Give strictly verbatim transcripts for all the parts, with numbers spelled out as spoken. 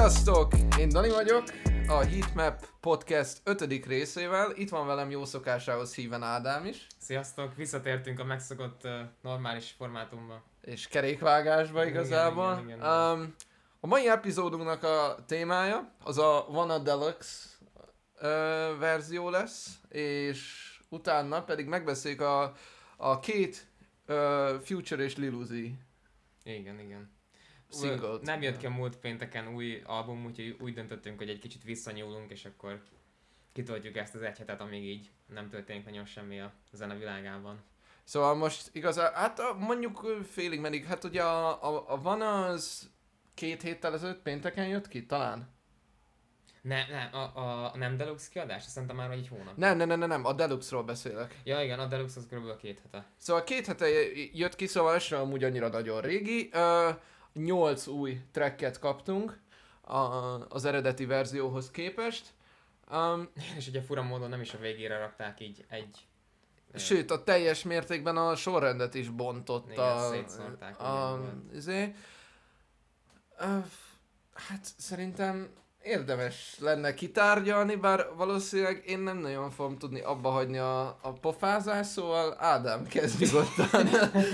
Sziasztok! Én Dani vagyok, a Heatmap Podcast ötödik részével. Itt van velem jó szokásához híven Ádám is. Sziasztok! Visszatértünk a megszokott uh, normális formátumba. És kerékvágásba igazából. Igen, igen, igen. Um, a mai epizódunknak a témája az a Vanna Deluxe uh, verzió lesz, és utána pedig megbeszéljük a, a két uh, Future és Lil Uzi Igen, igen. singlet. Nem jött ki a múlt pénteken új album, úgyhogy úgy döntöttünk, hogy egy kicsit visszanyúlunk, és akkor kitoltjuk ezt az egy hetet, amíg így nem történik nagyon semmi a zene világában. Szóval most igazán, hát mondjuk félig meddig, hát ugye a, a, a Vanna az két héttel ezelőtt pénteken jött ki, talán? Ne, ne, a, a, a nem Deluxe kiadás? Szerintem már egy hónap. Nem, nem, nem, nem, nem, a Deluxe-ról beszélek. Ja igen, a Deluxe az kb. két hete. Szóval két hete jött ki, szóval ez sem amúgy annyira nagyon régi. Uh, nyolc új tracket kaptunk a, az eredeti verzióhoz képest. Um, És ugye fura módon nem is a végére rakták így egy... Sőt, a teljes mértékben a sorrendet is bontotta. Igen, szétszórták. A, izé. uh, hát szerintem érdemes lenne kitárgyalni, bár valószínűleg én nem nagyon fogom tudni abba hagyni a, a pofázást, szóval Ádám, kezd nyugodtan.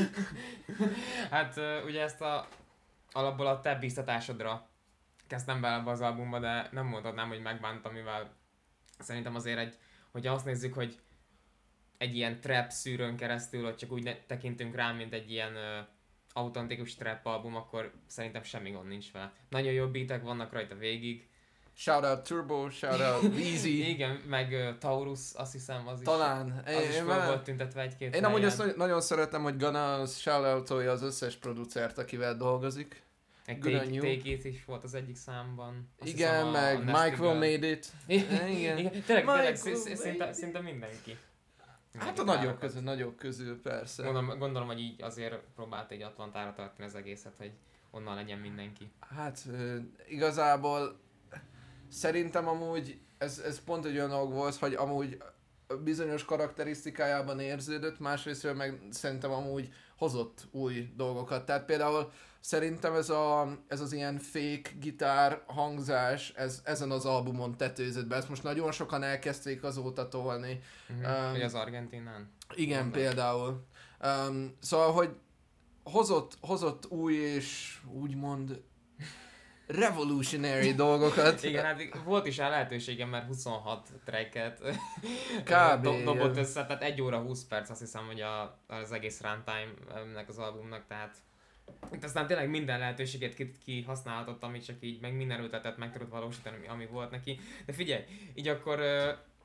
Hát ugye ezt a alapból a te bíztatásodra kezdtem bele az albumba, de nem mondhatnám, hogy megbántam, mivel szerintem azért egy, hogyha azt nézzük, hogy egy ilyen trap szűrőn keresztül, hogy csak úgy ne, tekintünk rá, mint egy ilyen ö, autentikus trap album, akkor szerintem semmi gond nincs vele. Nagyon jó beatek vannak rajta végig. Shoutout Turbo, shoutout Easy. Igen, meg uh, Taurus, azt hiszem, az Talán. is, az is fel volt tüntetve egy-két Én amúgy azt nagyon szeretem, hogy Gunna az shoutoutolja az összes producert, akivel dolgozik. Meg Take It is volt az egyik számban. Azt igen, a, meg a Michael Made It. Igen, igen. igen. Tényleg, tényleg szinte, szinte mindenki. Hát a nagyok közül, nagyok közül persze. Gondolom, gondolom, hogy így azért próbált egy Atlantára tartani az egészet, hogy onnan legyen mindenki. Hát igazából szerintem amúgy ez, ez pont egy olyan dolog volt, hogy amúgy bizonyos karakterisztikájában érződött, másrésztről meg szerintem amúgy hozott új dolgokat. Tehát például szerintem ez, a, ez az ilyen fake gitár hangzás, ez ezen az albumon tetőzött be. Ezt most nagyon sokan elkezdték azóta tolni. Uh-huh. Um, hogy az Argentinán? Igen, mondom. Például. Um, szóval, hogy hozott, hozott új és úgymond revolutionary dolgokat. Igen, hát volt is rá lehetőségem, mert huszonhat tracket Kb. do- dobott össze, tehát egy óra húsz perc, azt hiszem, hogy a, az egész runtime-nek az albumnak, tehát itt aztán tényleg minden lehetőséget kihasználhatott, amit csak így, meg minden ötletet meg tudott valósítani, ami, ami volt neki. De figyelj, így akkor uh,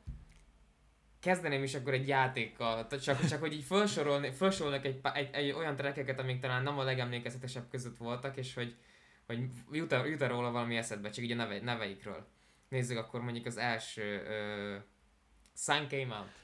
kezdeném is akkor egy játékkal, csak, csak hogy így felsorolni, felsorolnak egy, egy, egy olyan trackeket, amik talán nem a legemlékezetesebb között voltak, és hogy hogy jut-e, jut-e róla valami eszedbe, csak így a neve, neveikről. Nézzük akkor mondjuk az első uh, Sun Came Out.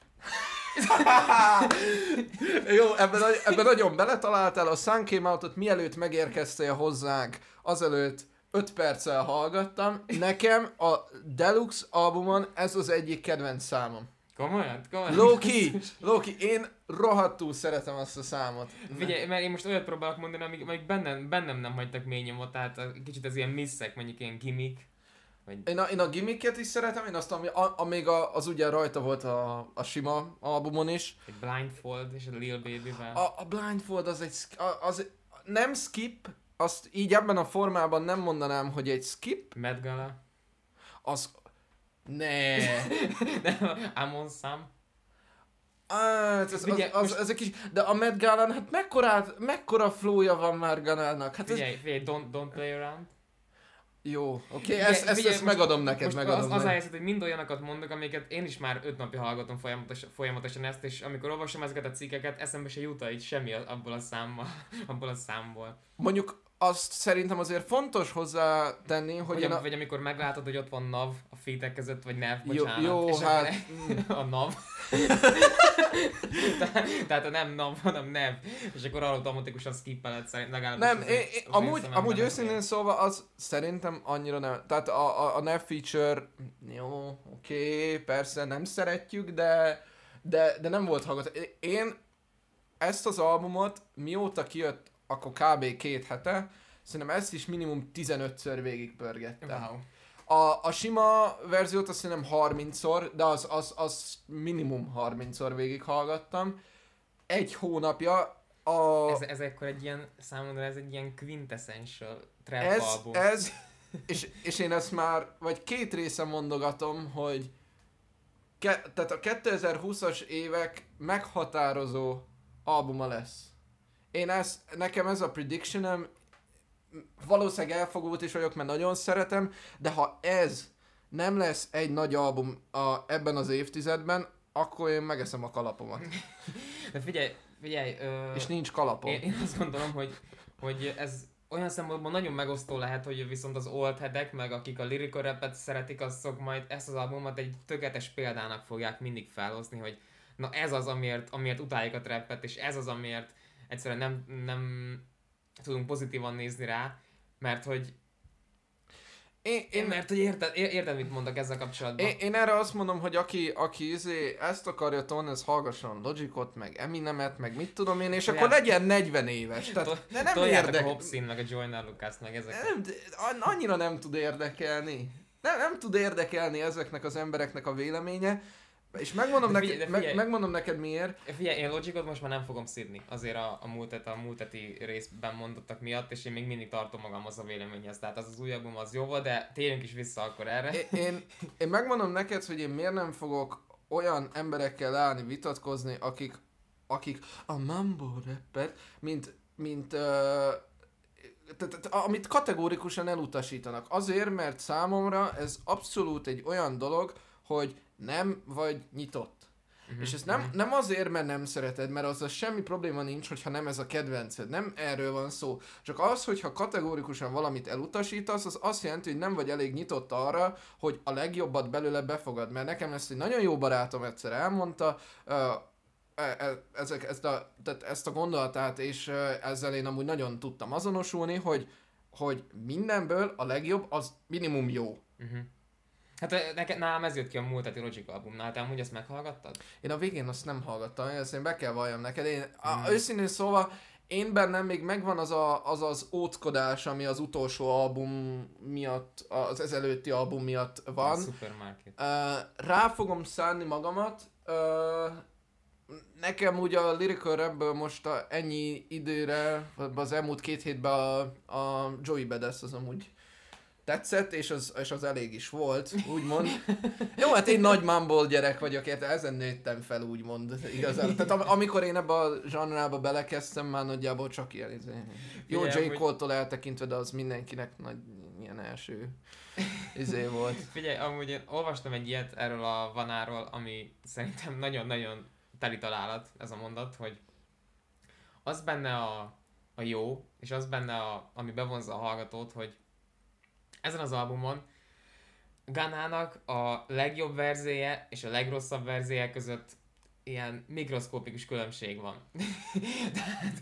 Jó, ebben, ebben nagyon beletaláltál, a Sun Came Out-ot mielőtt megérkeztél hozzánk, azelőtt öt perccel hallgattam. Nekem a Deluxe albumon ez az egyik kedvenc számom. Komolyan? Komolyan? Low-key, low-key, én rohadtul szeretem azt a számot. Figyelj, mert én most olyat próbálok mondani, amíg, amíg bennem, bennem nem hagytak mély nyomot, tehát kicsit az ilyen misszek, mondjuk ilyen gimmick. Vagy... Én, a, én a gimmicket is szeretem, én azt, ami, a, amíg a, az ugye rajta volt a, a sima albumon is. Egy Blindfold és a Lil Baby-vel. A, a Blindfold az egy, az nem skip, azt így ebben a formában nem mondanám, hogy egy skip. Met Gala. Az... Ne. I'm on some. Hát, ez, az, az, az, ez egy kis, de a Met Galán, hát mekkora, mekkora flowja van már Galának? Hát figyelj, ez... figyelj, don't, don't play around. Jó, oké, okay, ezt, ezt, ezt megadom neked, most megadom az, neked. Az a helyzet, hogy mind olyanokat mondok, amiket én is már öt napja hallgatom folyamatos, folyamatosan ezt, és amikor olvasom ezeket a cikkeket, eszembe se jut így semmi abból a számból, abból a számból. Mondjuk azt szerintem azért fontos hozzátenni, hogy... Vagy, am, a... vagy amikor meglátod, hogy ott van NAV a featek között, vagy NAV, bocsánat. Jó, és hát... a NAV. tehát, tehát a nem NAV, hanem NAV. És akkor automatikusan skippeled szerint legalábbis. Nem, az én, én, én, amúgy, amúgy őszintén én. szóval az szerintem annyira nem... Tehát a, a, a NAV feature, jó, oké, okay, persze nem szeretjük, de, de, de nem volt hallgató. Én ezt az albumot mióta kijött, akkor kb. két hete, szerintem ezt is minimum tizenötször végigpörgettem. Wow. A, a sima verziót azt szerintem harmincszor, de az, az, az minimum harmincszor végighallgattam. Egy hónapja a... Ez, ez akkor egy ilyen, számomra ez egy ilyen quintessential trap ez, album. Ez, és, és én ezt már, vagy két része mondogatom, hogy ke, tehát a kétezer-húszas évek meghatározó albuma lesz. Én ezt, nekem ez a predictionem, valószínűleg elfogult is vagyok, mert nagyon szeretem, de ha ez nem lesz egy nagy album a, ebben az évtizedben, akkor én megeszem a kalapomat. De figyelj, figyelj. Ö... És nincs kalapom. Én, én azt gondolom, hogy, hogy ez olyan szempontból nagyon megosztó lehet, hogy viszont az old headek, meg akik a lyrical rapet szeretik, azok majd ezt az albumot egy tökéletes példának fogják mindig felhozni, hogy na ez az, amiért, amiért utáljuk a trappet, és ez az, amiért egyszerűen nem, nem tudunk pozitívan nézni rá, mert hogy Én, én, mert hogy érted, érted, mit mondok ezzel kapcsolatban. Én, én erre azt mondom, hogy aki, aki izé ezt akarja tolni, ez hallgasson Logicot, meg Eminemet, meg mit tudom én, és Olyan. akkor legyen negyven éves. Tehát ne, nem érdekel. a Hopsin, meg a Joyner Lucas, meg ezek. Nem, annyira nem tud érdekelni. Nem, nem tud érdekelni ezeknek az embereknek a véleménye. És megmondom, De neked, figyelj, de figyelj. meg, megmondom neked miért. Figyelj, én Logicot most már nem fogom szidni, azért a, a múltet, a múlteti részben mondottak miatt, és én még mindig tartom magam az a véleményhez. Tehát az az új album az jó volt, de térjünk is vissza akkor erre. Én, én, én megmondom neked, hogy én miért nem fogok olyan emberekkel állni, vitatkozni, akik, akik a mumble rappet, mint, mint uh, tehát, amit kategórikusan elutasítanak. Azért, mert számomra ez abszolút egy olyan dolog, hogy nem vagy nyitott. Uh-huh, és ezt nem, uh-huh. nem azért, mert nem szereted, mert azzal semmi probléma nincs, hogyha nem ez a kedvenced. Nem erről van szó. Csak az, hogyha kategórikusan valamit elutasítasz, az azt jelenti, hogy nem vagy elég nyitott arra, hogy a legjobbat belőle befogad. Mert nekem ezt egy nagyon jó barátom egyszer elmondta, uh, ezek, ezt, a, tehát ezt a gondolatát, és uh, ezzel én amúgy nagyon tudtam azonosulni, hogy, hogy mindenből a legjobb az minimum jó. Uh-huh. Hát neked, nálam ez jött ki a múlt heti Logic albumnál, te amúgy ezt meghallgattad? Én a végén azt nem hallgattam, ezt én be kell valljam neked. Én, a, Mm. őszintén szóval, én bennem még megvan az a, az, az óckodás, ami az utolsó album miatt, az ezelőtti album miatt van. A Supermarket. Uh, rá fogom szánni magamat. Uh, nekem ugye a lyrical rapből most a ennyi időre, az elmúlt két hétben a, a Joey Badass az amúgy tetszett, és az, és az elég is volt, úgymond. Jó, hát én nagy mumble gyerek vagyok, érte, ezen nőttem fel, úgymond, igazán. Tehát am- amikor én ebbe a zsanrába belekezdtem, már nagyjából csak ilyen, izé, jó, Figyelj, J. Cole-tól eltekintve, de az mindenkinek nagy ilyen első izé volt. Figyelj, amúgy én olvastam egy ilyet erről a Vanáról, ami szerintem nagyon-nagyon teli találat, ez a mondat, hogy az benne a, a jó, és az benne, a, ami bevonza a hallgatót, hogy ezen az albumon Ganának a legjobb verzéje és a legrosszabb verzéje között ilyen mikroszkópikus különbség van. Tehát,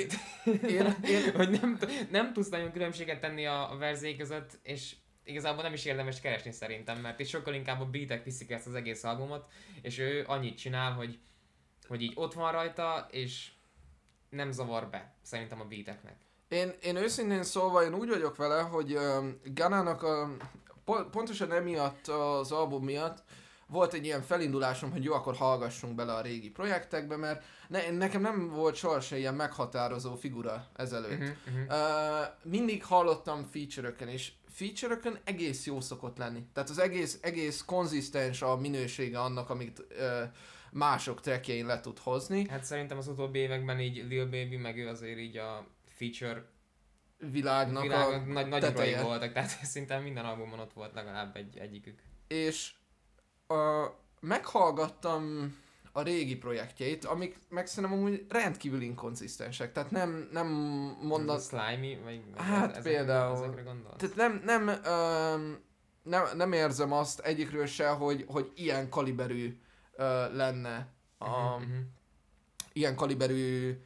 Én, én, hogy nem, nem tudsz nagyon különbséget tenni a, a verzéi között, és igazából nem is érdemes keresni szerintem, mert itt sokkal inkább a beatek viszik ezt az egész albumot, és ő annyit csinál, hogy, hogy így ott van rajta, és nem zavar be szerintem a beateknek. Én, én őszintén szólva, én úgy vagyok vele, hogy uh, Ganának a, po- pontosan emiatt az album miatt volt egy ilyen felindulásom, hogy jó, akkor hallgassunk bele a régi projektekbe, mert ne, nekem nem volt sohasem ilyen meghatározó figura ezelőtt. Uh-huh, uh-huh. Uh, mindig hallottam feature-öken, és feature-ökön egész jó szokott lenni. Tehát az egész, egész konzisztens a minősége annak, amit uh, mások trackjein le tud hozni. Hát szerintem az utóbbi években így Lil Baby, meg ő azért így a feature Világnak, világnak a nagy, nagy teteje. urai voltak, tehát szinte minden albumon ott volt legalább egy, egyikük. És uh, meghallgattam a régi projektjeit, amik meg szerintem amúgy rendkívül inkonzisztensek, tehát nem, nem mondanak... Slimy, vagy Hát ezekre, például. ezekre gondolsz? Tehát nem, nem, um, nem, nem érzem azt egyikről se, hogy, hogy ilyen kaliberű uh, lenne, a, Uh-huh, uh-huh. ilyen kaliberű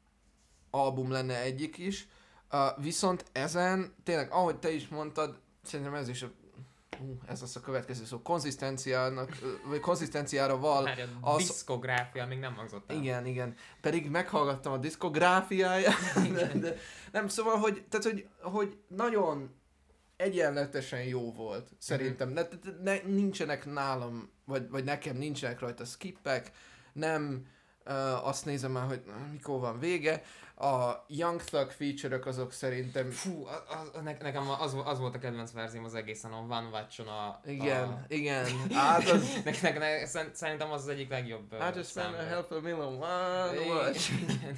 album lenne egyik is. Uh, viszont ezen, tényleg, ahogy te is mondtad, szerintem ez is a Hú, ez az a következő szó, konzisztenciának, vagy konzisztenciára val. Hát a az... diszkográfia még nem hangzott el. Igen, igen. Pedig meghallgattam a diszkográfiáját. De, de, nem, szóval, hogy, tehát, hogy, hogy nagyon egyenletesen jó volt, szerintem. Ne, ne, nincsenek nálam, vagy, vagy nekem nincsenek rajta skippek, nem uh, azt nézem már, hogy mikor van vége. A Young Thug feature-ök azok szerintem... Fú, az, az, nekem az, az volt a kedvenc verzióm az egészen, a One Watch-on a... Igen, a... igen. Hát az... ne, ne, ne, szerintem az az egyik legjobb I just spent a half a million one watch. Igen.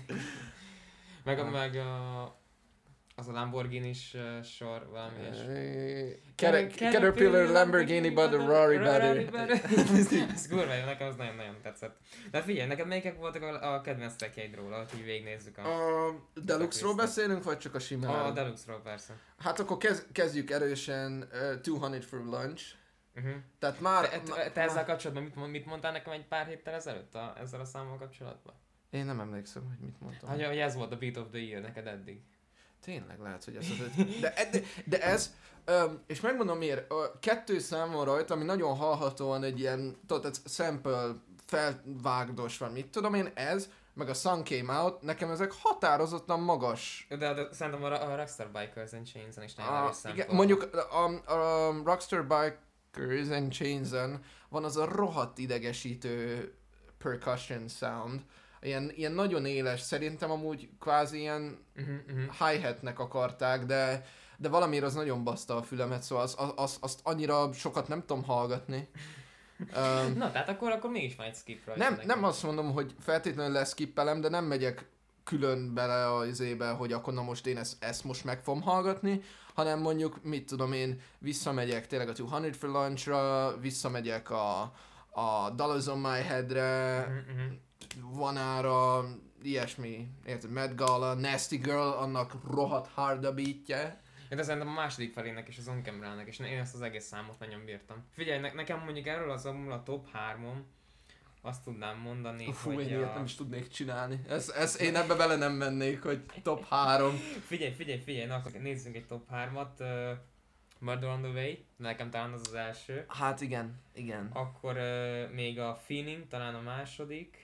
Meg, a, meg a... Az a Lamborghini-s uh, sor, valami is. Caterpillar, Lamborghini, but a Rari better. Ez kurva jó, nekem az nagyon-nagyon tetszett. De figyelj, neked melyikek voltak a, a kedvenc trackjeid róla, hogy végignézzük a... A Deluxe-ról beszélünk, vagy csak a simáról? A Deluxe-ról persze. Hát akkor kez, kezdjük erősen uh, two hundred for lunch. Uh-huh. Tehát már... Te, te, te ezzel kapcsolatban mit, mit mondtál nekem egy pár héttel ezelőtt a, ezzel a számmal kapcsolatban? Én nem emlékszem, hogy mit mondtam. Hogy, hogy ez volt a Beat of the Year neked eddig. Tényleg lehet, hogy ez az öt. De, de, de ez, um, és megmondom miért, a kettő szám van rajta, ami nagyon hallhatóan egy ilyen, tudod, egy sample felvágdos van, mit tudom én, ez, meg a Sun Came Out, nekem ezek határozottan magas. De, de szerintem a, a Rockstar Bikers and Chains-en is nagyon erős sample. Igen, mondjuk a, a, a Rockstar Bikers and Chains-en van az a rohadt idegesítő percussion sound, Ilyen, ilyen nagyon éles, szerintem amúgy kvázi ilyen uh-huh, uh-huh. hi-hatnek akarták, de, de valamiért az nagyon baszta a fülemet, szóval az, az, az, azt annyira sokat nem tudom hallgatni. um, Na, tehát akkor, akkor mégis van egy skip rajta. Nem, nem azt mondom, hogy feltétlenül leskippelem, de nem megyek külön bele az izébe, hogy akkor na most én ezt, ezt most meg fogom hallgatni, hanem mondjuk, mit tudom én, visszamegyek tényleg a two hundred for Lunch-ra, visszamegyek a, a Dollars on My Head-re, uh-huh, uh-huh. Vanára, ilyesmi, érted, Met Gala, Nasty Girl, annak rohadt hard a beatje. De szerintem a második felének és az On Camera-nek, és én ezt az egész számot nagyon bírtam. Figyelj, ne- nekem mondjuk erről az albumról a top hármom, azt tudnám mondani, Fú, hogy én a... ilyet nem is tudnék csinálni. Ez, ez, én ebbe bele nem mennék, hogy top három. Figyelj, figyelj, figyelj, na, nézzünk egy top hármat. Uh, Murder on the Way, nekem talán az az első. Hát igen, igen. Akkor uh, még a Feeling, talán a második.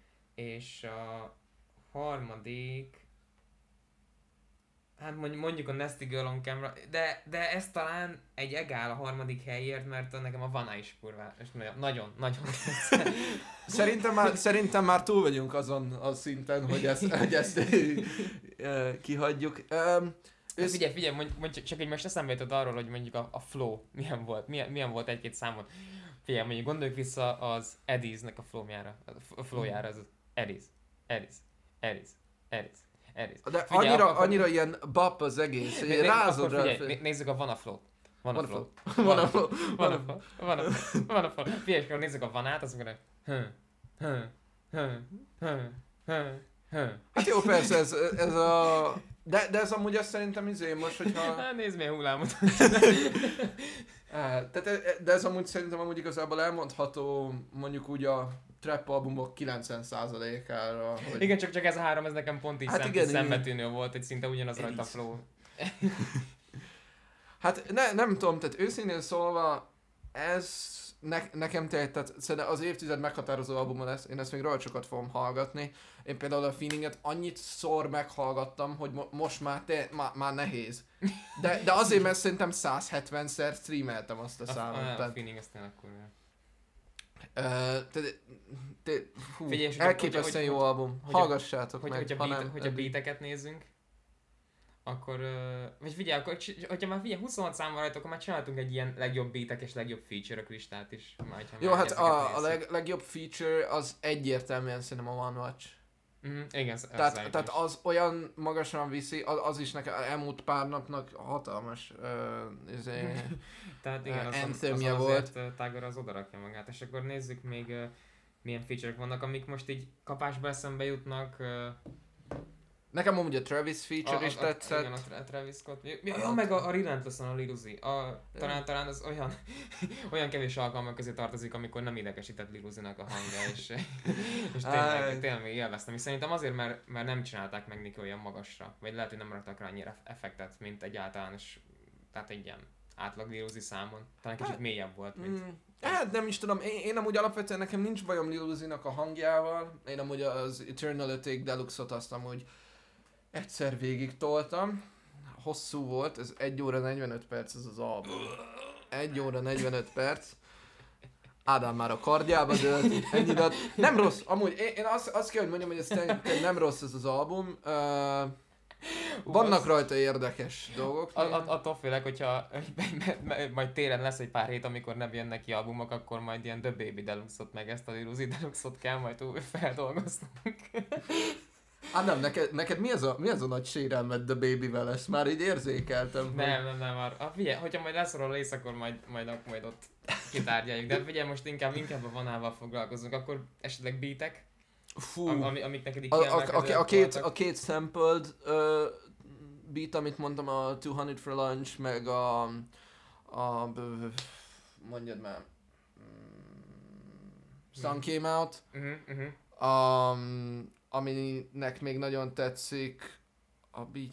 És a harmadik... Hát mondjuk a Nasty Girl on Camera, de, de ez talán egy egál a harmadik helyért, mert nekem a Vana is kurva, és nagyon, nagyon, nagyon szerintem, már, szerintem már túl vagyunk azon a szinten, hogy ezt, hogy ezt kihagyjuk. Um, ősz... Figyelj, figyelj, mondj, mondj, csak egy most eszembe jutott arról, hogy mondjuk a, a flow milyen volt, milyen, milyen volt egy-két számon. Figyelj, mondjuk gondoljuk vissza az Eddie's-nek a flowjára, a flowjára, az Eddie's, Eddie's, Eddie's, Eddie's. Eris. De figyelj, annyira, akkor... annyira ilyen bap az egész, hogy né- rázod rá. Figyelj, nézzük a Vana Flow-t. Vana Flow. Vana Flow. Vana Flow. Vana Flow. Vana Flow. Figyelj, akkor nézzük a Vanát, azt mondom, hogy hát jó, persze, ez, ez a... De, de ez amúgy azt szerintem izé most, hogyha... Hát nézd milyen hullámot. Tehát, de ez amúgy szerintem amúgy igazából elmondható mondjuk úgy a trap albumok kilencven százalékára. Hogy... Igen, csak, csak ez a három, ez nekem pont így hát szem, igen, szembetűnő volt, hogy szinte ugyanaz rajta a flow. Hát ne, nem tudom, tehát őszintén szólva ez ne, nekem te, tehát szerintem az évtized meghatározó albuma lesz, én ezt még rohadt sokat fogom hallgatni. Én például a Feelinget annyit szor meghallgattam, hogy mo- most már, te, má, már nehéz. De, de azért, mert szerintem száz hetvenszer streameltem azt a számot. A, a, tehát... a Feeling ezt tényleg kurva. Uh, te, te, hú, figyelj, elképesztően jó album. Hogy, Hallgassátok hogy, meg. Hogyha ha beat, nem, hogy a beateket nézzünk, akkor, uh, vagy figyelj, akkor, hogyha már figyelj, huszonhat szám van rajta, akkor már csináltunk egy ilyen legjobb beatek és legjobb feature-ök listát is. Már, jó, hát a, a leg, legjobb feature az egyértelműen szerintem a One Watch. Mm, igen, tehát, tehát az olyan magasan viszi, az, az is nekem elmúlt pár napnak hatalmas uh, izé, tehát igen, az, anthemje az, az volt. Azért Tiger az odarakja magát, és akkor nézzük még uh, milyen feature-ek vannak, amik most így kapásba eszembe jutnak. Uh, Nekem amúgy a Travis feature a, is a, tetszett. Igen, a Travis Scott. Ja, ja, meg a, a Relentless-on a Lil Uzi. A, talán, talán az olyan, olyan kevés alkalmak közé tartozik, amikor nem idegesített Lil Uzinak a hangja, és, és tényleg, tényleg élveztem. És szerintem azért, mert, mert nem csinálták meg neki olyan magasra, vagy lehet, hogy nem raktak rá annyira effektet, mint egy általános, tehát egy ilyen átlag Lil Uzi számon. Talán kicsit hát, mélyebb volt, mint... Mm, hát nem is tudom, én, én amúgy alapvetően nekem nincs bajom Lil Uzinak a hangjával. Én amúgy az Eternal Atake Deluxe-ot azt amúgy egyszer végig toltam. Hosszú volt, ez egy óra negyvenöt perc ez az album. egy óra negyvenöt perc. Ádám már a kardjába dőlt, ennyi dat. Nem rossz, amúgy én, én azt, azt kell, hogy mondjam, hogy ez tényleg nem rossz ez az album. Uh, vannak rajta érdekes dolgok. A, a, attól félek, hogyha majd télen lesz egy pár hét, amikor nem jönnek ki albumok, akkor majd ilyen The Baby Deluxe-ot, meg ezt a Lil Uzi Deluxe-ot kell majd új feldolgoznunk. Á nem, neked, neked mi, az a, mi az a nagy sérelmed The Baby-vel? Ezt már így érzékeltem. Nem, nem, nem, már. Ah, figyelj, hogyha majd lesz róla rész, akkor majd, majd, majd ott kitárgyaljuk. De figyelj, most inkább, inkább a vanával foglalkozunk, akkor esetleg beatek, Fú, ami, amik neked így a, a, a, a, két, a két sampled uh, beat, amit mondtam, a two hundred for lunch, meg a, a mondjad már, Sun Came Out, uh-huh, uh-huh. Um, aminek még nagyon tetszik a beat,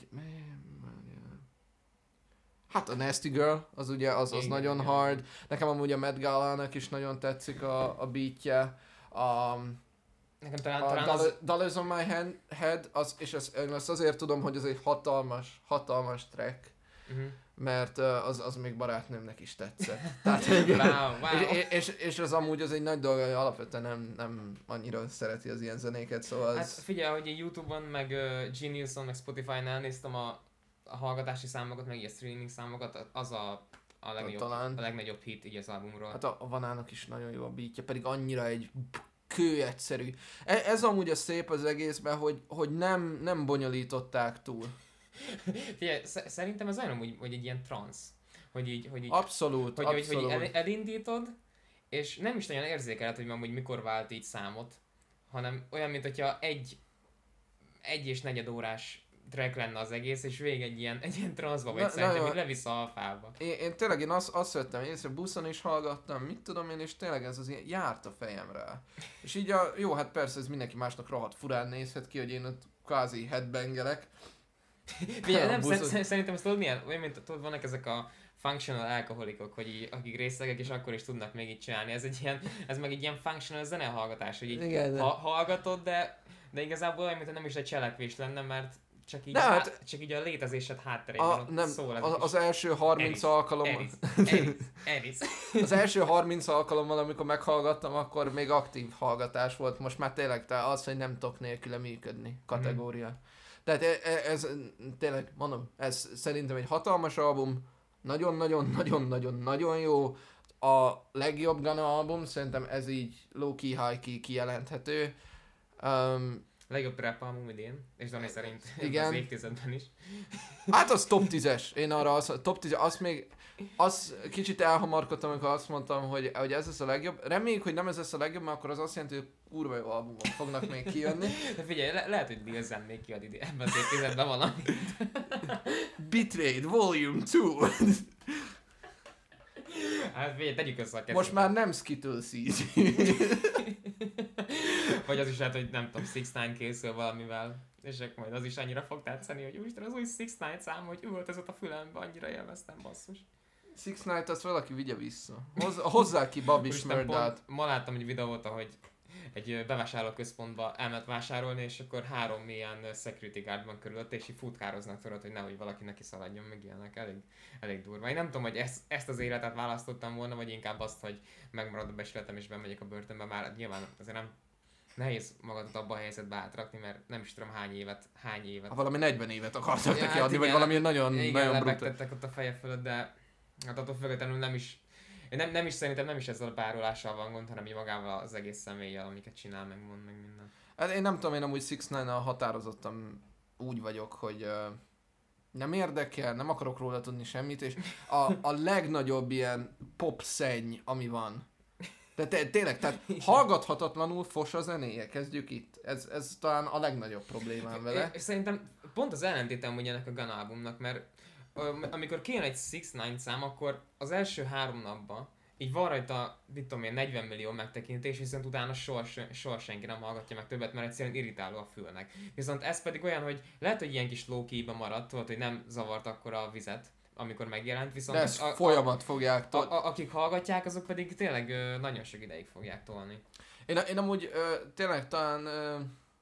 hát a Nasty Girl, az ugye, az, az igen, nagyon igen. hard. Nekem amúgy a Met Gala-nak is nagyon tetszik a, a beatje. A, Nekem talán, a talán Dollars, az... Dollars on my hand, head, az, és ezt, ezt azért tudom, hogy ez egy hatalmas, hatalmas track. Uh-huh. Mert uh, az, az még barátnőmnek is tetszett. Tehát, wow, wow. És, és, és az amúgy az egy nagy dolog, hogy alapvetően nem, nem annyira szereti az ilyen zenéket, szóval az... Hát figyelj, hogy én YouTube-on, meg uh, Geniuson, meg Spotify-nál néztem a, a hallgatási számokat, meg a streaming számokat, az a, a, legnagyobb, a legnagyobb hit így az albumról. Hát a, a Vanának is nagyon jó a beatje, pedig annyira egy kő egyszerű. E, ez amúgy a szép az egészben, hogy, hogy nem, nem bonyolították túl. Figyelj, szerintem ez olyan, hogy, hogy egy ilyen transz. Hogy így, hogy így, abszolút, hogy, abszolút. Hogy, hogy el, elindítod, és nem is nagyon érzékeled, hogy amúgy mikor vált így számot, hanem olyan, mint hogyha egy, egy és negyed órás track lenne az egész, és végig egy ilyen, egy ilyen transzba vagy, na, szerintem, hogy levisz a alfába. Én, én tényleg én azt, azt vettem észre, buszon is hallgattam, mit tudom én, és tényleg ez az ilyen, járt a fejemre. És így a, jó, hát persze ez mindenki másnak rohadt furán nézhet ki, hogy én ott kvázi headbangelek. Figyelj, nem, buszon... szerintem ezt tudod milyen, olyan, mint tudod, vannak ezek a functional alkoholikok, hogy így, akik részlegek, és akkor is tudnak még így csinálni. Ez egy ilyen, ez meg egy ilyen functional zenehallgatás, hogy így igen, ha, hallgatod, de, de igazából olyan, mint nem is egy cselekvés lenne, mert csak így, hát, há, csak így a létezésed hátterében szól ez az, az első harminc alkalommal... Az első harminc alkalommal, amikor meghallgattam, akkor még aktív hallgatás volt. Most már tényleg te az, hogy nem tudok nélküle működni kategória. Mm. Tehát ez, ez tényleg, mondom, ez szerintem egy hatalmas album, nagyon-nagyon-nagyon-nagyon-nagyon jó. A legjobb Gunna album, szerintem ez így low-key, high-key kijelenthető. Um, legjobb rap album idén, és Dani szerint igen. Az évtizedben is. Hát az top tízes, én arra az, top tízes, azt még, az kicsit elhamarkodtam, amikor azt mondtam, hogy, hogy ez lesz a legjobb. Reméljük, hogy nem ez lesz a legjobb, mert akkor az azt jelenti, hogy kurva jó albumok fognak még kijönni. De figyelj, le- lehet, hogy Lil Zen még kiad idén, ebben az évtizedben valamit. Betrayed Volume two. Hát figyelj, tegyük össze a kezét. Most már nem Skittle Seed. Vagy az is lehet, hogy nem tudom, six nine készül valamivel, és akkor majd az is annyira fog tetszeni, hogy úristen, az új six nine szám, hogy üvöltözött a fülembe, annyira élveztem, basszus. six nine-t azt valaki vigye vissza. Hozz, hozzák ki Bobby Shmurda-t. Ma láttam egy videót, ahogy egy bevásárlóközpontba elment vásárolni, és akkor három ilyen security guard van körülött, és így futkároznak tudod, hogy nehogy valaki neki szaladjon, meg ilyenek. Elég, elég durva. Én nem tudom, hogy ezt, ezt az életet választottam volna, vagy inkább azt, hogy megmarad a besületem, és bemegyek a börtönbe. Már nyilván azért nem nehéz magadat abba a helyzetbe átrakni, mert nem is tudom hány évet, hány évet. Ha valami negyven évet akartak ja, neki hát adni, igen, vagy valami nagyon, igen, nagyon brutális. lebegtettek ott a feje fölött, de hát attól függetlenül nem is, nem, nem is szerintem nem is ezzel a párolással van gond, hanem így magával az egész személlyel, amiket csinál, meg mond, meg minden. Hát én nem tudom, én amúgy six nine-nal határozottan úgy vagyok, hogy uh, nem érdekel, nem akarok róla tudni semmit, és a, a legnagyobb ilyen pop szenny, ami van. De té- tényleg, tehát hallgathatatlanul fos a zenéje, kezdjük itt. Ez, ez talán a legnagyobb problémám vele. És szerintem pont az ellentétem ugye ennek a Gunna albumnak, mert amikor kijön egy six nine szám, akkor az első három napban így van rajta, mit tudom én, negyven millió megtekintés, viszont utána soha, soha senki nem hallgatja meg többet, mert egyszerűen irritáló a fülnek. Viszont ez pedig olyan, hogy lehet, hogy ilyen kis low-key-ben maradt, volt, hogy nem zavart akkor a vizet, amikor megjelent, viszont De ezt a, folyamat fogják a, a, akik hallgatják, azok pedig tényleg ö, nagyon sok ideig fogják tolni. Én, én amúgy ö, tényleg talán ö,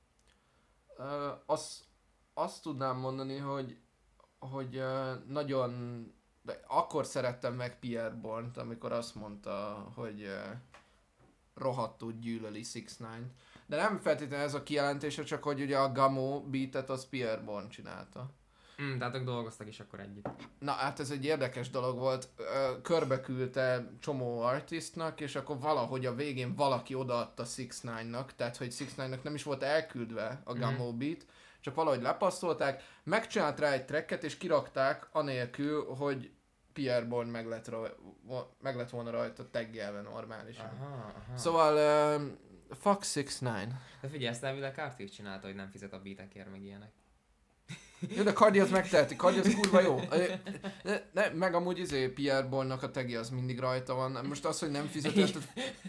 ö, azt, azt tudnám mondani, hogy, hogy ö, nagyon, de akkor szerettem meg Pierre Bourne-t, amikor azt mondta, hogy ö, rohadtul gyűlöli six nine. De nem feltétlenül ez a kijelentése, csak hogy ugye a Gamo beatet az Pierre Bourne csinálta. Mm, tehát ők dolgoztak is akkor együtt. Na hát ez egy érdekes dolog volt, körbeküldte csomó artistnak, és akkor valahogy a végén valaki odaadta six nine-nak, tehát hogy six nine-nak nem is volt elküldve a Gamo mm. beat, csak valahogy lepasztolták, megcsinált rá egy tracket, és kirakták anélkül, hogy Pierre Bourne meg lett, raj, meg lett volna rajta taggelve normálisan. Aha, aha. Szóval uh, fuck six nine. De figyelj, ezt elvileg Carti is csinálta, hogy nem fizet a beatekért, meg ilyenek. Jó, de Cardi az megteheti, Cardi az kurva jó. Ne, ne, meg amúgy izé Pierre Bourne-nak a tagja az mindig rajta van. Most az, hogy nem fizetett...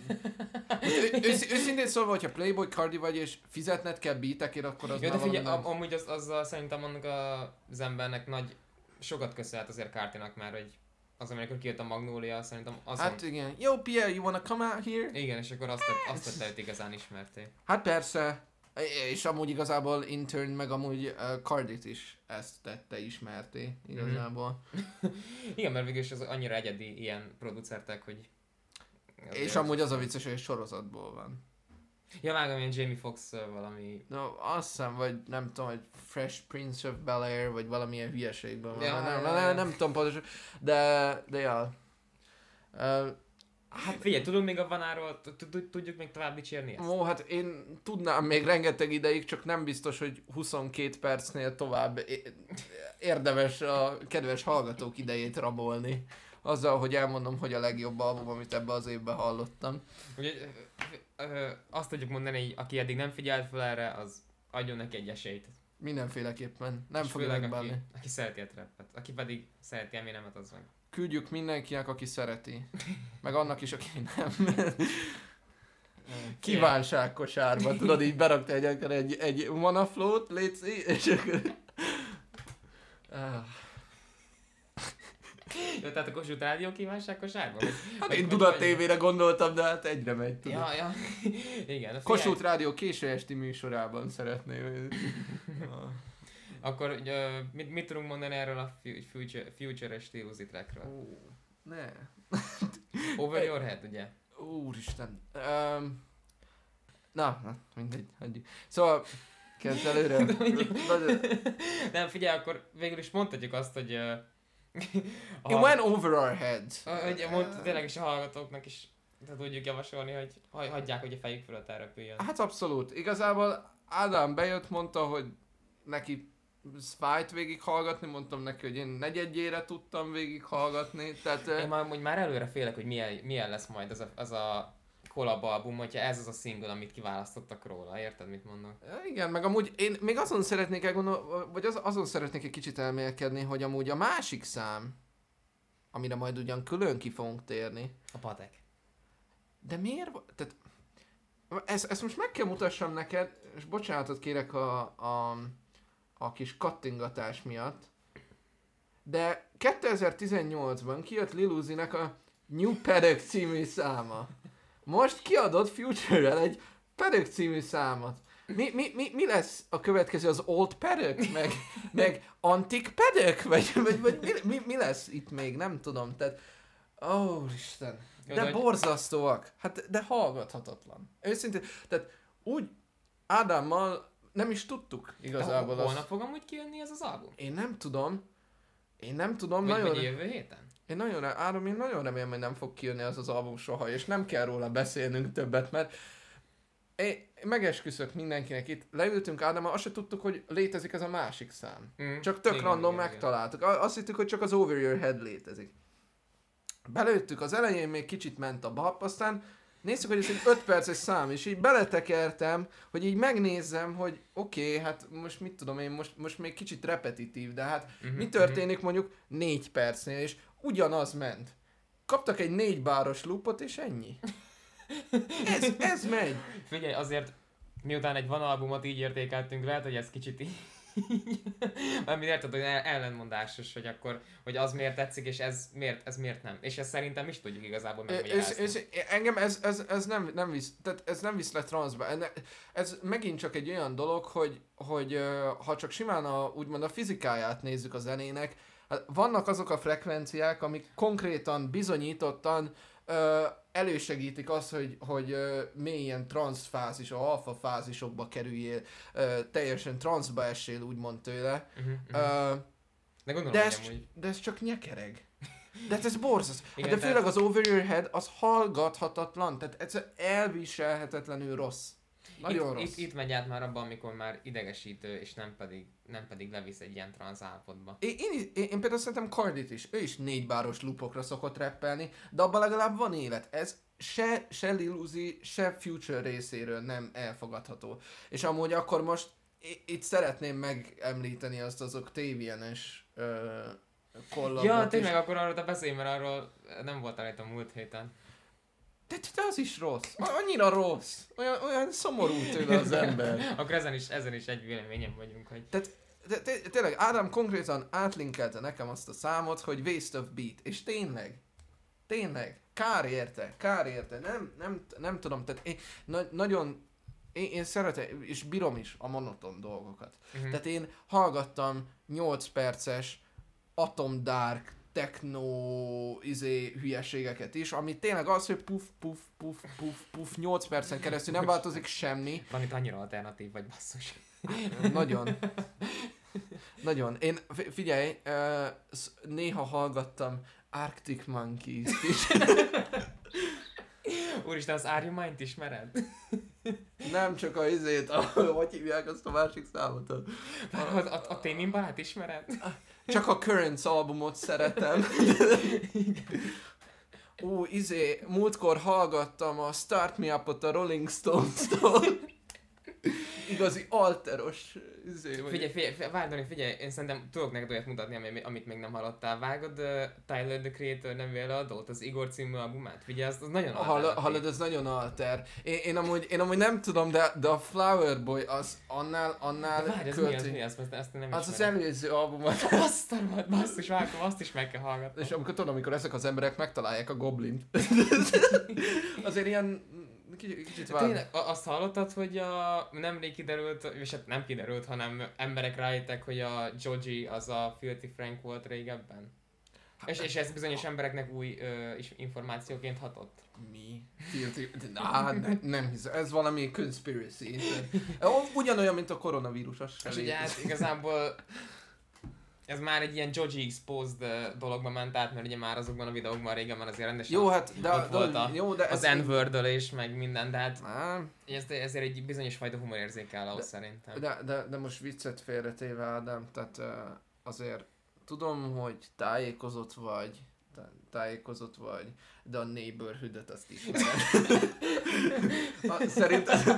Ősz, őszintén szólva, hogyha Playboy Cardi vagy és fizetned kell beatekért, akkor az jó, már de figyelj, nem... amúgy az, azzal szerintem annak az embernek nagy sokat köszönhet azért Cartinak már, hogy az, amikor kijött a Magnolia, szerintem azon... Hát igen. Yo, Pierre, you wanna come out here? Igen, és akkor azt tett, azt tett őt igazán ismerté. Hát persze. És amúgy igazából Intern meg amúgy uh, Cardit is ezt tette ismerté, igazából. Mm-hmm. Igen, mert végül is az annyira egyedi ilyen producertek, hogy... És amúgy az a vicces, hogy sorozatból van. Ja, vágom, ilyen Jamie Foxx valami... No, azt hiszem, vagy nem tudom, hogy Fresh Prince of Bel-Air, vagy valamilyen hülyeségben van. Ja, nem, ja, nem, ja. nem tudom pontosan, de, de ja. Uh, Hát figyelj, tudunk még a Vanáról, tudjuk még tovább dicsérni ezt? Ó, hát én tudnám még rengeteg ideig, csak nem biztos, hogy huszonkét percnél tovább érdemes a kedves hallgatók idejét rabolni. Azzal, hogy elmondom, hogy a legjobb album, amit ebben az évben hallottam. Ugye, ö, ö, azt tudjuk mondani, hogy aki eddig nem figyelt fel erre, az adjon neki egy esélyt. Mindenféleképpen. Nem És fogja főleg, megbánni. Aki, aki szereti a trappet. Aki pedig szereti Eminemet, az meg. Küldjük mindenkinek, aki szereti. Meg annak is, aki nem. Kívánságkosárba, tudod, így berakta egy, egy, egy Wanna Float, létszi, és akkor... Jó, tehát a Kossuth Rádió kívánságkosárban? Hát én Duna tévére gondoltam, de hát egyre megy, tudod. Ja, ja. Igen. Kossuth Rádió késő esti műsorában szeretném. Akkor uh, mit, mit tudunk mondani erről a future, future-es stílusi trackről? Ó, ne. Over Your Head, ugye? Úristen. Um, na, na, mindegy, hagyjuk. Szóval, kezd előre. Nem, figyelj, akkor végül is mondhatjuk azt, hogy... Uh, It went over our heads. Hogy mond, tényleg is a hallgatóknak is tudjuk javasolni, hogy hagyják, hogy a fejük fölött elrepüljön. Hát abszolút. Igazából Ádám bejött, mondta, hogy neki fájt végig hallgatni, mondtam neki, hogy én negyedjére tudtam végig hallgatni, tehát... Én már, hogy már előre félek, hogy milyen, milyen lesz majd az a, az a collab album, hogyha ez az a single, amit kiválasztottak róla, érted, mit mondok? Igen, meg amúgy én még azon szeretnék elgondol, vagy az, azon szeretnék egy kicsit elmélkedni, hogy amúgy a másik szám, amire majd ugyan külön ki fogunk térni. A Patek. De miért? Tehát, ezt, ezt most meg kell mutassam neked, és bocsánatot kérek a, a, a kis kattingatás miatt, de kétezer-tizennyolcban kijött Lil Uzinek a New Paddock című száma. Most kiadott Future-rel egy Paddock című számot. Mi, mi, mi, mi lesz a következő, az Old Paddock? Meg, meg Antique Paddock? Vagy, vagy, vagy mi, mi, mi lesz itt még? Nem tudom. Tehát, ó, Isten. De, de borzasztóak. Hát, de hallgathatatlan. Őszintén, tehát úgy Ádámmal nem is tudtuk igazából. De holnap fog amúgy kijönni ez az album? Én nem tudom. Én nem tudom. Vagy, nagyon... vagy jövő héten? Én nagyon, Áram, én nagyon remélem, hogy nem fog kijönni az az album soha, és nem kell róla beszélnünk többet, mert én megesküszök mindenkinek itt, leültünk Ádámmal, azt se tudtuk, hogy létezik ez a másik szám. Mm. Csak tök igen, random igen, megtaláltuk. Igen. Azt hittük, hogy csak az Over Your Head létezik. Belőttük, az elején még kicsit ment a bab, aztán nézzük, hogy ez egy öt perces szám, és így beletekertem, hogy így megnézzem, hogy oké, okay, hát most mit tudom én, most, most még kicsit repetitív, de hát uh-huh, mi történik uh-huh. mondjuk négy percnél, és ugyanaz ment. Kaptak egy négy báros loopot, és ennyi. Ez, ez megy. Figyelj, azért miután egy van albumot így értékeltünk, lehet, hogy ez kicsit Mármint érted, hogy ellenmondásos, hogy akkor, hogy az miért tetszik, és ez miért, ez miért nem. És ezt szerintem is tudjuk igazából megmagyarázni. És, és engem ez, ez, ez, nem, nem visz, tehát ez nem visz le transzba. Ez megint csak egy olyan dolog, hogy, hogy ha csak simán a, úgymond a fizikáját nézzük a zenének, hát vannak azok a frekvenciák, amik konkrétan bizonyítottan ö, elősegítik azt, hogy, hogy ö, mélyen transzfázis, a alfa fázisokba kerüljél, ö, teljesen transzba essél úgymond tőle. Uh-huh, uh-huh. Ö, de gondolom, de, ez, hogy... de ez csak nyekereg. De hát ez borzasztó. Hát de főleg az Over Your Head az hallgathatatlan, tehát ez elviselhetetlenül rossz. Nagyon itt, rossz. Itt, itt megy át már abban, amikor már idegesítő, és nem pedig, nem pedig levisz egy ilyen transz állapotba. Én, én, én, én például szerintem Cardit is, ő is négy báros loopokra szokott rappelni, de abban legalább van élet. Ez se, se Lil Uzi, se Future részéről nem elfogadható. És amúgy akkor most itt szeretném megemlíteni azt az Octavian-es kollabot. Ja, tényleg, akkor arról te beszélj, mert arról nem voltál itt a múlt héten. De, de az is rossz. Annyira rossz. Olyan, olyan szomorú tőle az ember. Akkor ezen is, ezen is egy véleményen vagyunk, hogy... Tehát de, de, tényleg Ádám konkrétan átlinkelte nekem azt a számot, hogy Waste of Beat. És tényleg. Tényleg. Kár érte. Kár érte. Nem, nem, nem tudom. Tehát én na, nagyon... Én, én szeretem, és bírom is a monoton dolgokat. Uh-huh. Tehát én hallgattam nyolc perces Atom Dark techno izé hülyeségeket is, ami tényleg az, hogy puff, puff, puff, puff, puff, nyolc percen keresztül nem változik semmi. Van itt annyira alternatív vagy, basszus. Nagyon. Nagyon. Én, figyelj, néha hallgattam Arctic Monkeys is. Úristen, az Are You Mine-t ismered? Nem csak a izét, ahol, hogy hívják azt a másik számot. A, a, a, a Témin barát ismered? Csak a Currents albumot szeretem. Ó, izé, múltkor hallgattam a Start Me Up-ot a Rolling Stones-tól. Igazi alteros izé. Figyelj, figyelj, figyelj, figyelj, én szerintem tudok neked olyat mutatni, amit, amit még nem hallottál. Vágod uh, Tyler, the Creator nevű előadót, az Igor című albumát? Figyelj, az, az nagyon alter. Hallod, ez nagyon alter. Én, én, amúgy, én amúgy nem tudom, de, de a Flower Boy az annál, annál de várj, ez költi... mi az, mi az, azt, azt nem az ismerem. az előző albumot. Azt a basszus, vágom, azt is meg kell hallgatni. És amikor tudom, amikor ezek az emberek megtalálják a Goblint. Azért ilyen... Kicsit vár. Tényleg, azt hallottad, hogy a, nemrég kiderült, és hát nem kiderült, hanem emberek rájöttek, hogy a Joji az a Filthy Frank volt régebben? Hát, és, és ez bizonyos embereknek új ö, is információként hatott? Mi? Filthy? Á, ne, nem hiszem. Ez valami conspiracy. Ugyanolyan, mint a koronavírus. És ugye hát igazából ez már egy ilyen Joji Exposed dologba ment át, mert ugye már azokban a videókban régen azért rendesen jó, hát, de, ott volt de, a, jó, de az N-wordölés, meg minden, de hát ez, ezért egy bizonyos fajta humorérzékel ahhoz szerintem. De, de, de most viccet félretéve, Ádám, tehát uh, azért tudom, hogy tájékozott vagy, tájékozott vagy, de a Neighborhood-ot azt ismered. Szerintem...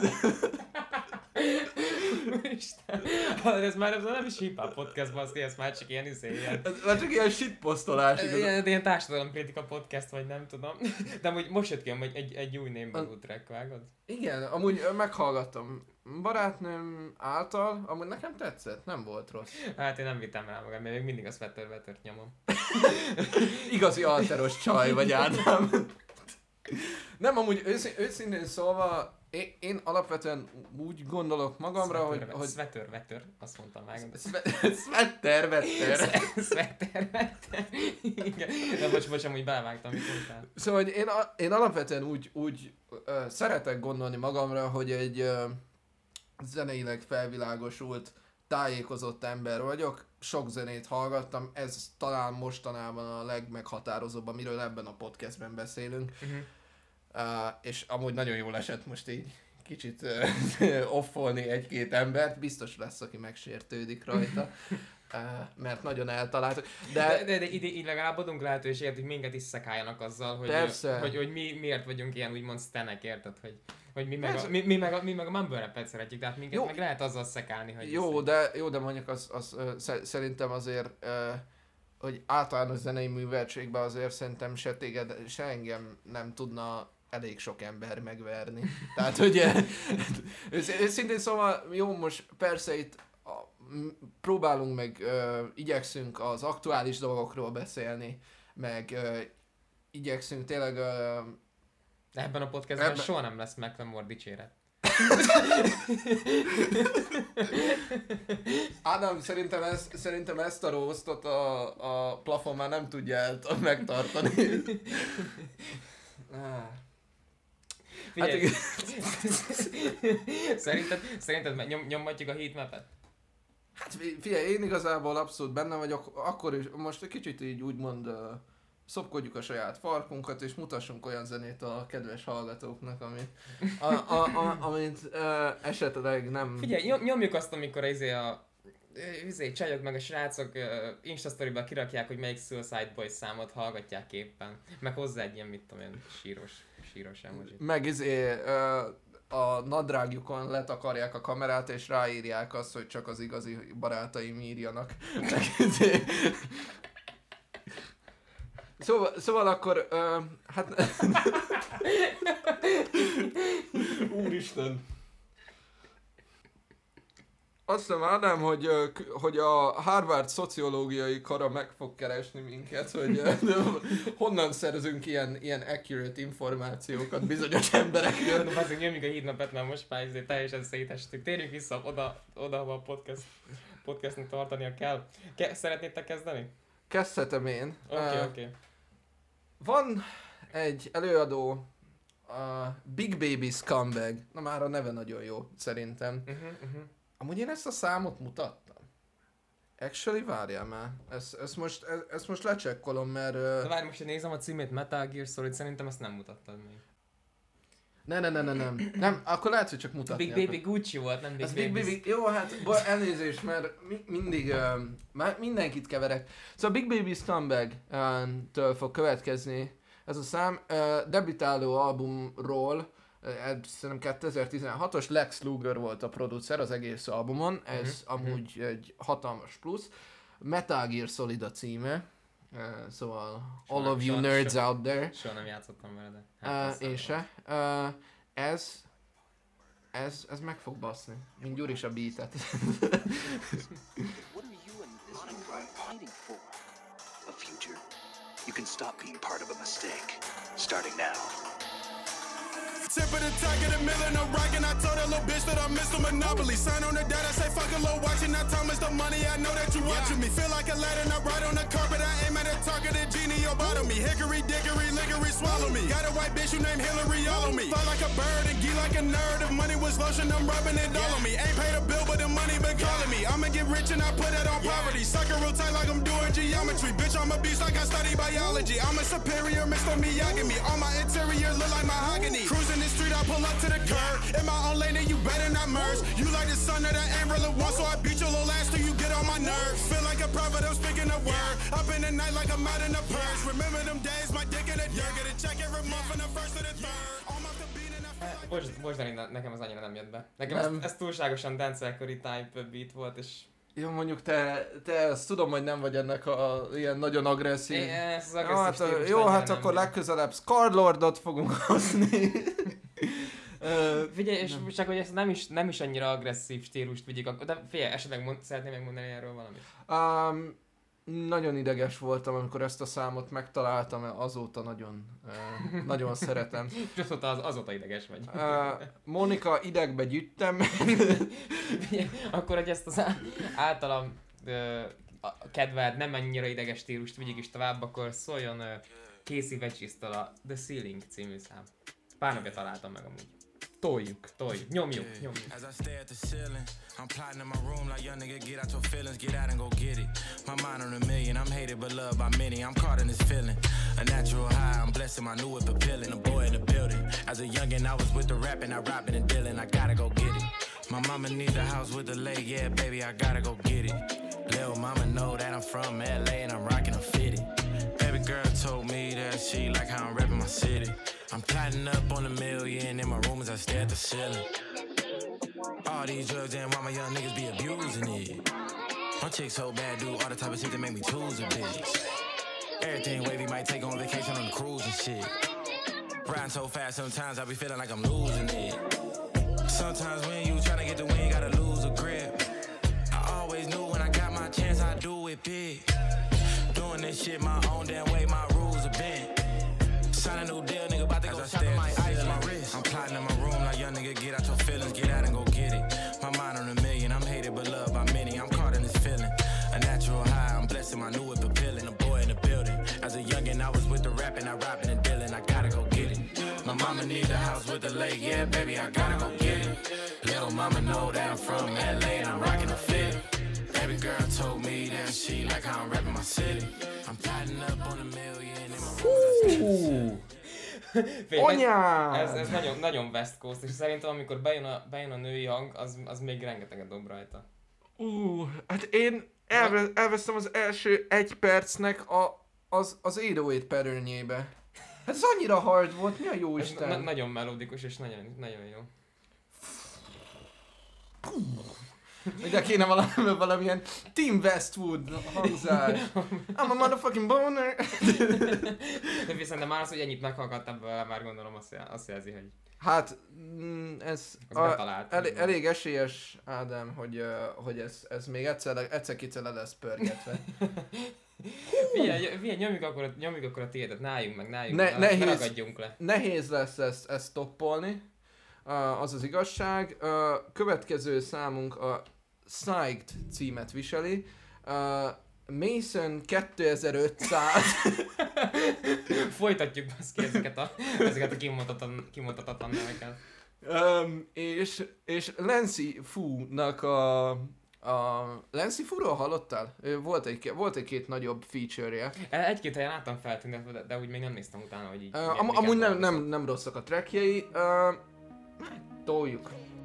Isten, ez már ez nem is hip-hop podcast, baszki, ez már csak ilyen izé, ilyen... Ez már csak ilyen shitposztolás. Ilyen, ilyen társadalomkritika podcast, vagy nem tudom. De amúgy most jött ki egy, egy, egy új Neighborhood track, vágod? Igen, amúgy meghallgattam barátnőm által, amúgy nekem tetszett, nem volt rossz. Hát én nem vittem rá magam, mert még mindig a Sweater Wettert nyomom. Igazi alteros csaj vagy, Ádám. Nem, amúgy ősz, őszintén szólva, Én, én alapvetően úgy gondolok magamra, Sweater, hogy... hogy... Sweater Wetter, azt mondtam meg. Sweater Wetter. Sweater Wetter. Igen. De bocs, bocs, amúgy belevágtam, mit mondtál. Szóval, hogy én, a, én alapvetően úgy, úgy uh, szeretek gondolni magamra, hogy egy uh, zeneileg felvilágosult, tájékozott ember vagyok. Sok zenét hallgattam, ez talán mostanában a legmeghatározóbb, amiről ebben a podcastben beszélünk. Uh-huh. Uh, és amúgy nagyon jól esett most így kicsit uh, offolni egy-két embert, biztos lesz, aki megsértődik rajta, uh, mert nagyon eltaláltuk. De, de, de, de ide, így legalább adunk lehetőséget, hogy minket is szekáljanak azzal, hogy, hogy, hogy, hogy mi miért vagyunk ilyen úgymond sztenek, érted? Hogy, hogy mi, meg a, mi, mi, meg a, mi meg a mumble rap-et szeretjük, tehát minket jó, meg lehet azzal szekálni, hogy... Jó, de, jó, de mondjuk az, az uh, szerintem azért... Uh, hogy általános zenei műveltségben azért szerintem se téged, se engem nem tudna elég sok ember megverni. Tehát, hogy őszintén szóval, jó, most persze itt a próbálunk meg, ö, igyekszünk az aktuális dolgokról beszélni, meg ö, igyekszünk tényleg... Ö, Ebben a podcastben ebben... soha nem lesz McLemore dicséret. Ádám, szerintem, ez, szerintem ezt a roastot a, a plafon már nem tudja el megtartani. ah. Figyelj, hát, szerinted, szerinted nyom, nyomhatjuk a heatmapet? Hát figyelj, én igazából abszolút benne vagyok, akkor is most egy kicsit így úgymond uh, szopkodjuk a saját farkunkat, és mutassunk olyan zenét a kedves hallgatóknak, amit, a, a, a, amit uh, esetleg nem... Figyelj, nyom, nyomjuk azt, amikor izé a izé, csajok meg a srácok uh, Instastoryba kirakják, hogy melyik Suicide Boys számot hallgatják éppen. Meg hozzá egy ilyen, mit tudom én, síros, síros emoji. Meg izé uh, a nadrágjukon letakarják a kamerát, és ráírják azt, hogy csak az igazi barátaim írjanak. Meg izé... Szóval, szóval akkor, uh, hát... Úristen! Azt hiszem, Ádám, hogy, hogy a Harvard szociológiai kara meg fog keresni minket, hogy honnan szerzünk ilyen, ilyen accurate információkat bizonyos emberekről. No, azért nyomjuk a hídnapet, mert most már azért teljesen szétestük. Térjünk vissza oda, oda ahol a podcast, podcastnak tartania kell. Ke- szeretnétek kezdeni? Kezdhetem én. Oké, okay, uh, oké. Okay. Van egy előadó, a Big Baby Scumbag. Na már a neve nagyon jó, szerintem. Uh-huh, uh-huh. Amúgy én ezt a számot mutattam. Actually, várjál már. Ezt, ezt, most, ezt most lecsekkolom, mert... De várj, most én nézem a címét, Metal Gear Solid, szerintem ezt nem mutattad még. Ne, ne, ne, ne, nem. Nem, akkor lehet, hogy csak mutatni. Big Baby Gucci volt, nem Big Ez Baby. Big Baby... Jó, hát bo- elnézést, mert mi, mindig... Uh, már mindenkit keverek. Szóval Big Baby Scumbag-től fog következni ez a szám. Uh, debütáló albumról, uh, szerintem kétezer-tizenhatos, Lex Luger volt a producer az egész albumon. Ez uh-huh. amúgy uh-huh. egy hatalmas plusz. Metal Gear Solid a címe. Uh, szóval soha, all of you soha, nerds soha, out there. Soha nem játszottam vele, de... Hát uh, én se. Uh, ez... Ez, ez meg fog baszni. Mint Gyuri is a beatet. What are you and this monogram fighting for? A future. You can stop being part of a mistake. Starting now. Tip of the tiger, the million, I'm rockin'. I told that little bitch that I missed the monopoly. Sign on the dot, I say fuck a little watching. I tell Mister Money, I know that you watching me. Feel like a ladder, not right on the carpet. I aim at a target, a genie, your bottom me. Hickory, dickory, lickory, swallow me. Got a white bitch, you named Hillary, all on me. Fly like a bird and gee like a nerd. If money was lotion, I'm rubbing it all on me. Ain't paid a bill, but the money been calling me. I'ma get rich and I put that on poverty. Sucker real tight like I'm doing geometry. Bitch, I'm a beast like I study biology. I'm a superior Mister Miyagi. All my interior look like mahogany. Cruising the street, I pull up to the curb. In my own lane, and you better not merge. You like the son of the Amarillo one, so I beat your little ass till you get on my nerves. Feel like a prophet, I'm speaking a word. Up in the night like I'm out in the purge. Remember them days, my dick in the dirt. Get a check every month from the first to the third. I'm off the beat and I feel like... Bocs, bocs, Dani, nekem az annyira nem jött be. Nekem ez, ez túlságosan dancelkori type beat volt, és... Jó, mondjuk te, te ezt tudom, hogy nem vagy ennek a ilyen nagyon agresszív... É, ez az jó, hát, jó, hát akkor legközelebb Scarlordot fogunk hozni. Uh, figyelj, és nem. Csak hogy ezt nem is, nem is annyira agresszív stílust vigyük, de figyelj, esetleg mond, szeretném megmondani erről valamit? Um, nagyon ideges voltam, amikor ezt a számot megtaláltam, mert azóta nagyon, uh, nagyon szeretem. És azóta, az, azóta ideges vagy. Uh, Monika, idegbe gyűjtem. Figyelj, akkor, hogy ezt az általam uh, kedvelt, nem annyira ideges stílust vigyük is tovább, akkor szóljon uh, Casey Veggies-től a The Ceiling című szám. Pár napja találtam meg amúgy. Toljuk, toljuk, nyomjuk, nyomjuk. As I stare at the ceiling, I'm plotting in my room like young nigga, get out your feelings, get out and go get it. My mind on a million, I'm hated but loved by many. I'm caught in this feeling, a natural high. I'm blessed in my new whip appealing. A boy in the building. As a youngin', I was with the rapping, I robbing and dealing. I gotta go get it. My mama needs a house with a lake, yeah, baby, I gotta go get it. Lil' mama know that I'm from L A and I'm rockin' a fitted. Baby girl told me that she like how I'm reppin' my city. I'm plotting up on a million in my room as I stare at the ceiling. All these drugs and why my young niggas be abusing it. My chick so bad, do all the type of shit that make me choose a bitch. Everything wavy, might take on vacation on the cruise and shit. Riding so fast, sometimes I be feeling like I'm losing it. Sometimes when you tryna get the win, you gotta lose a grip. I always pig. Doing this shit my own damn way, my rules have been. Sign a new deal, nigga, about to go shop my ice, my wrist. I'm plotting in my room like young nigga, get out your feelings, get out and go get it. My mind on a million, I'm hated but loved by many. I'm caught in this feeling, a natural high. I'm blessed in my new whip appealing, a boy in the building. As a youngin', I was with the rapping, I rapping and dealing. I gotta go get it. My mama need a house with the lake, yeah, baby, I gotta go get it. Little mama know that I'm from L A and I'm rocking a fit. Baby girl told me that she like how I'm rapping my city. I'm plotting up on a million in my room. Anyád! Ez, ez nagyon, nagyon West Coast, és szerintem amikor bejön a, bejön a női hang, az, az még rengeteget dob rajta. Uh, hát én elve, elvesztem az első egy percnek a, az, az eight oh eight patternjébe. Hát ez annyira hard volt, mi a jó Isten? Na, nagyon melodikus és nagyon, nagyon jó. De kéne valami, valamilyen Team Westwood hangzás. I'm a motherfucking boner. De viszont már az, hogy ennyit meghallgattam vele, már gondolom azt, azt jelzi, hogy... Hát, ez a, elég, elég esélyes, Ádám, hogy, uh, hogy ez, ez még egyszer, egyszer-kétszer le lesz pörgetve. Figyelj, figyelj, nyomjuk akkor, a, nyomjuk akkor a tiédet, ne álljunk meg, ne álljunk ne, meg, nehéz, ne ragadjunk le. Nehéz lesz ezt, ezt toppolni, uh, az az igazság. Uh, következő számunk a Psyched címet viseli. Uh, Mason kétezer-ötszáz. Folytatjuk baszki ezeket a, ezeket a kimondhatatlan, kimondhatatlan neveket. Um, és, és Lancy Fu-nak a... a Lancy Fu-ról hallottál? Volt egy, volt egy két nagyobb feature-je. Egy-két helyen láttam feltűnni, de, de úgy még nem néztem utána, hogy így... Uh, am, amúgy nem, nem, nem rosszak a trackjei. Uh, toljuk.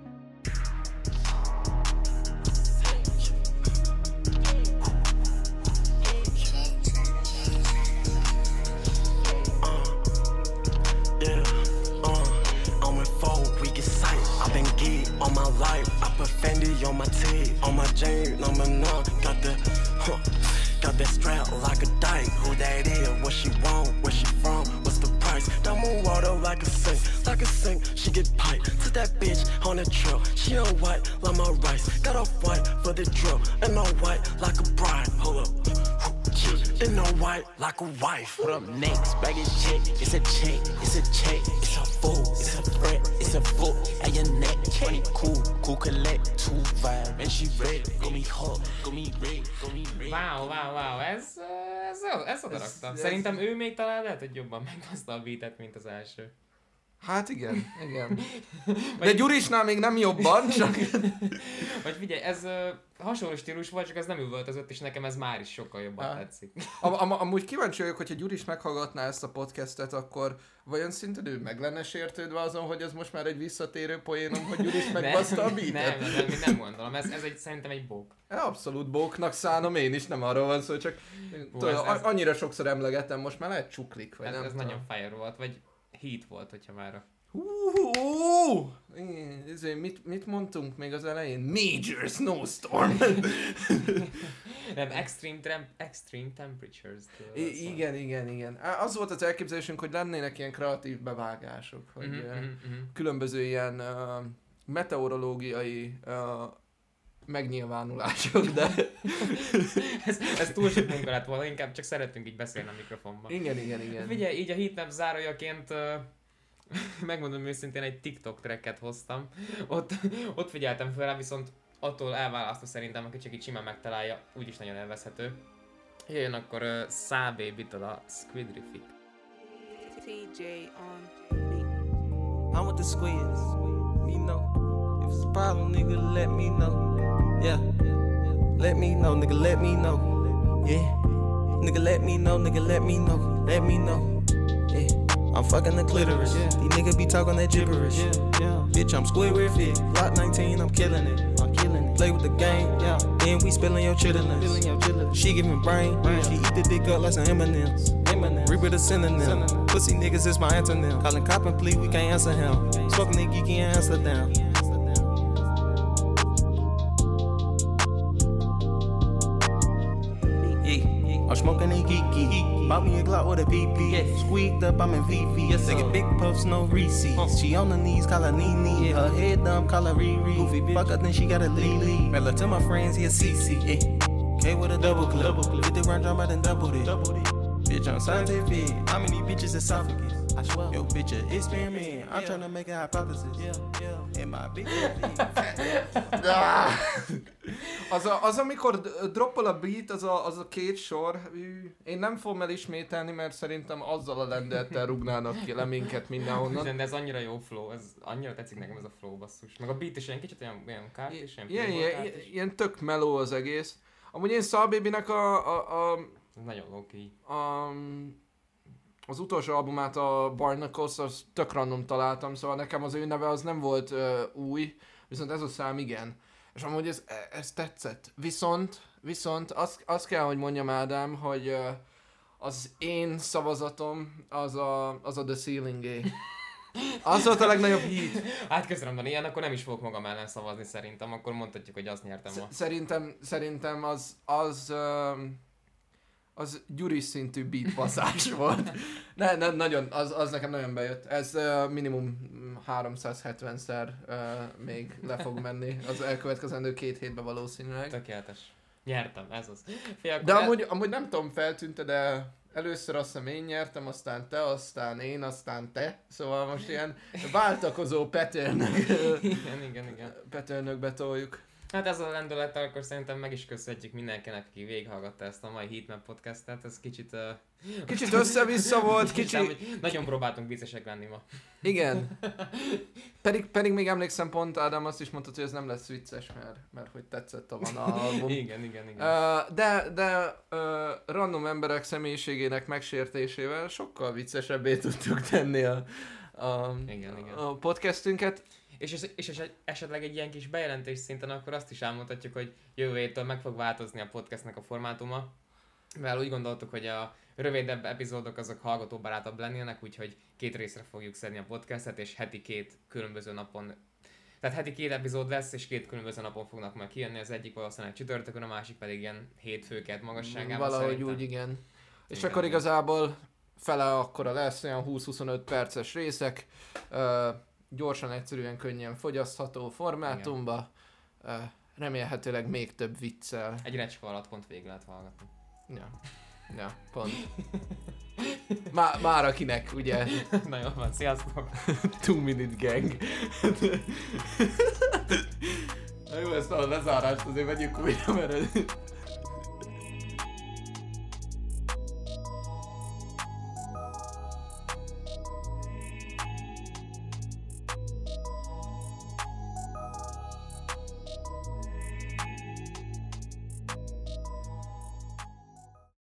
On my life, I put Fendi on my teeth, on my chain, on my neck, got the, huh, got that strap like a dyke. Who that is? What she want? Where she from? What's the price? Diamond water like a sink, like a sink. She get piped to that bitch on the truck. She on white like my rice, got off white for the drill, and on white like a bride. Hold up. In all white like a wife. What up next? Bag is check. It's a check. It's a check. It's a fool. It's a threat. It's a fool. At your neck. Money cool. Cool collect. Two vibe. And she ready. Go me hot. Go me red. Go me red. Wow, wow, wow. Ez, ez, ez oda raktam. Szerintem ő még talán lehet, hogy jobban meghozta a beatet, mint az első. Hát igen, igen. De Gyurisnál még nem jobban, csak... Vagy figyelj, ez uh, hasonló stílus volt, csak ez nem üvöltözött, és nekem ez már is sokkal jobban ah. tetszik. Am- am- amúgy kíváncsi vagyok, hogyha Gyuris meghallgatná ezt a podcastet, akkor vajon szintén ő meg lenne sértődve azon, hogy ez most már egy visszatérő poénom, hogy Gyuris megbaszta a beatet? Nem, nem, nem, nem gondolom, ez, ez egy, szerintem egy bók. Abszolút bóknak szánom én is, nem arról van szó, csak Hú, tudod, ez, ez... annyira sokszor emlegettem, most már lehet csuklik, vagy ez, nem ez tudom. nagyon fire volt, vagy heat volt, hogyha már a... Uh, uh, mit, mit mondtunk még az elején? Major snowstorm! Nem, extreme, trem- extreme temperatures. I- igen, igen, igen. Az volt az elképzelésünk, hogy lennének ilyen kreatív bevágások, hogy uh-huh, uh, uh-huh. különböző ilyen uh, meteorológiai uh, megnyilvánulások, de... ez, ez túl sok munka lett volna, inkább csak szeretünk így beszélni a mikrofonban. Igen, igen, igen. Figyelj, így a Heatmap zárójaként uh, megmondom őszintén, egy TikTok tracket hoztam. Ott, ott figyeltem fel, viszont attól elválasztó szerintem, aki csak így simán megtalálja, úgyis nagyon elveszhető. Jöjjön akkor uh, Szávé Bittal a Squidrific. T J on beat. I'm with the squids, me know. If it's a problem, nigga, let me know. Yeah, let me know, nigga, let me know. Yeah, nigga, let me know, nigga, let me know, let me know. Yeah, I'm fucking the clitoris. Yeah. These niggas be talking that gibberish. Yeah, yeah. Bitch, I'm Squidrific. Block nineteen, I'm killing it. I'm killing it. Play with the game. Yeah. Then we spilling your chitlins. She giving brain. brain. She eat the dick up like some M and M's. M and M's. Reaper the synonym. synonym. Pussy niggas is my antonym. Calling cop and plea, we can't answer him. Smoking the geeky in Amsterdam. I'm smoking a geeky. Bought me a Glock with a P P. Yeah. Squeaked up, I'm in V V. Yes, nigga, big puffs, no Reese's. Uh. She on the knees, call her Nene. Yeah. Her head dumb, call her Riri. Goofy bitch. Fuck her, then she got a Lily. Rella to my friends, he a C C. Yeah. Came with a double clip. fifty round drum, I done doubled it. Bitch, I'm scientific. How many bitches esophagus? I swear. Yo, bitch, a experiment. I'm tryna make a hypothesis. Yeah, yeah. And my bitch. az, a, az, amikor droppol a beat, az a, az a két sor, én nem fogom elismételni, mert szerintem azzal a lendettel rúgnának ki le minket mindenhonnan. De ez annyira jó flow, ez annyira tetszik nekem ez a flow basszus. Meg a beat is ilyen kicsit olyan, olyan kárt is, ilyen ilyen, ilyen, ilyen tök meló az egész. Amúgy én Sal Babynek a... a, a nagyon low-key. A, az utolsó albumát, a Barnacles, az tök random találtam, szóval nekem az ő neve az nem volt uh, új, viszont ez a szám igen. És amúgy ez, ez tetszett. Viszont, viszont azt, azt kell, hogy mondjam, Ádám, hogy uh, az én szavazatom az a, az a The Ceiling-é. Az volt a legnagyobb hit. Hát köszönöm, Dani, ilyen akkor nem is fogok magam ellen szavazni szerintem, akkor mondhatjuk, hogy azt nyertem ma. Szerintem, szerintem az, az, um, az Gyuri szintű beatbaszás volt. Ne, ne, nagyon, az, az nekem nagyon bejött. Ez uh, minimum háromszázhetvenszer uh, még le fog menni az elkövetkezendő két hétben valószínűleg. Tökéletes. Nyertem, ez az. Fia, de amúgy, el... amúgy nem tudom, feltűnte, de először azt hiszem én nyertem, aztán te, aztán én, aztán te. Szóval most ilyen váltakozó patternök, igen, igen, igen. patternökbe toljuk. Hát ez a lendülettel akkor szerintem meg is köszönhetjük mindenkinek, aki végighallgatta ezt a mai Heatmap podcastet. Ez kicsit... Uh... Kicsit össze-vissza volt, kicsit... Nagyon próbáltunk viccesek lenni ma. Igen. Pedig, pedig még emlékszem pont, Ádám azt is mondtad, hogy ez nem lesz vicces, mert, mert hogy tetszett a van a album. igen, igen, igen. Uh, de de uh, random emberek személyiségének megsértésével sokkal viccesebbé tudtuk tenni a, a, igen, igen. a podcastünket. És, és, és esetleg egy ilyen kis bejelentés szinten akkor azt is elmondhatjuk, hogy jövő héttől meg fog változni a podcastnek a formátuma, mivel úgy gondoltuk, hogy a rövidebb epizódok azok hallgatóbarátabb lennének, úgyhogy két részre fogjuk szedni a podcastet, és heti két különböző napon, tehát heti két epizód lesz, és két különböző napon fognak majd kijönni, az egyik valószínűleg csütörtökön, a másik pedig ilyen hétfőket magasságában. Valahogy szerintem. úgy, igen. igen. És igen, akkor igen. Igazából fele akkora lesz, olyan húsz-huszonöt perces részek, uh, gyorsan, egyszerűen, könnyen fogyasztható formátumba, uh, remélhetőleg még több viccel. Egy recska alatt pont végig lehet hallgatni. Ja, ja, pont. Má, már akinek, ugye? Na jó van, sziasztok! Two Minute Gang. Na jó, ezt a lezárást azért vegyük újra, mert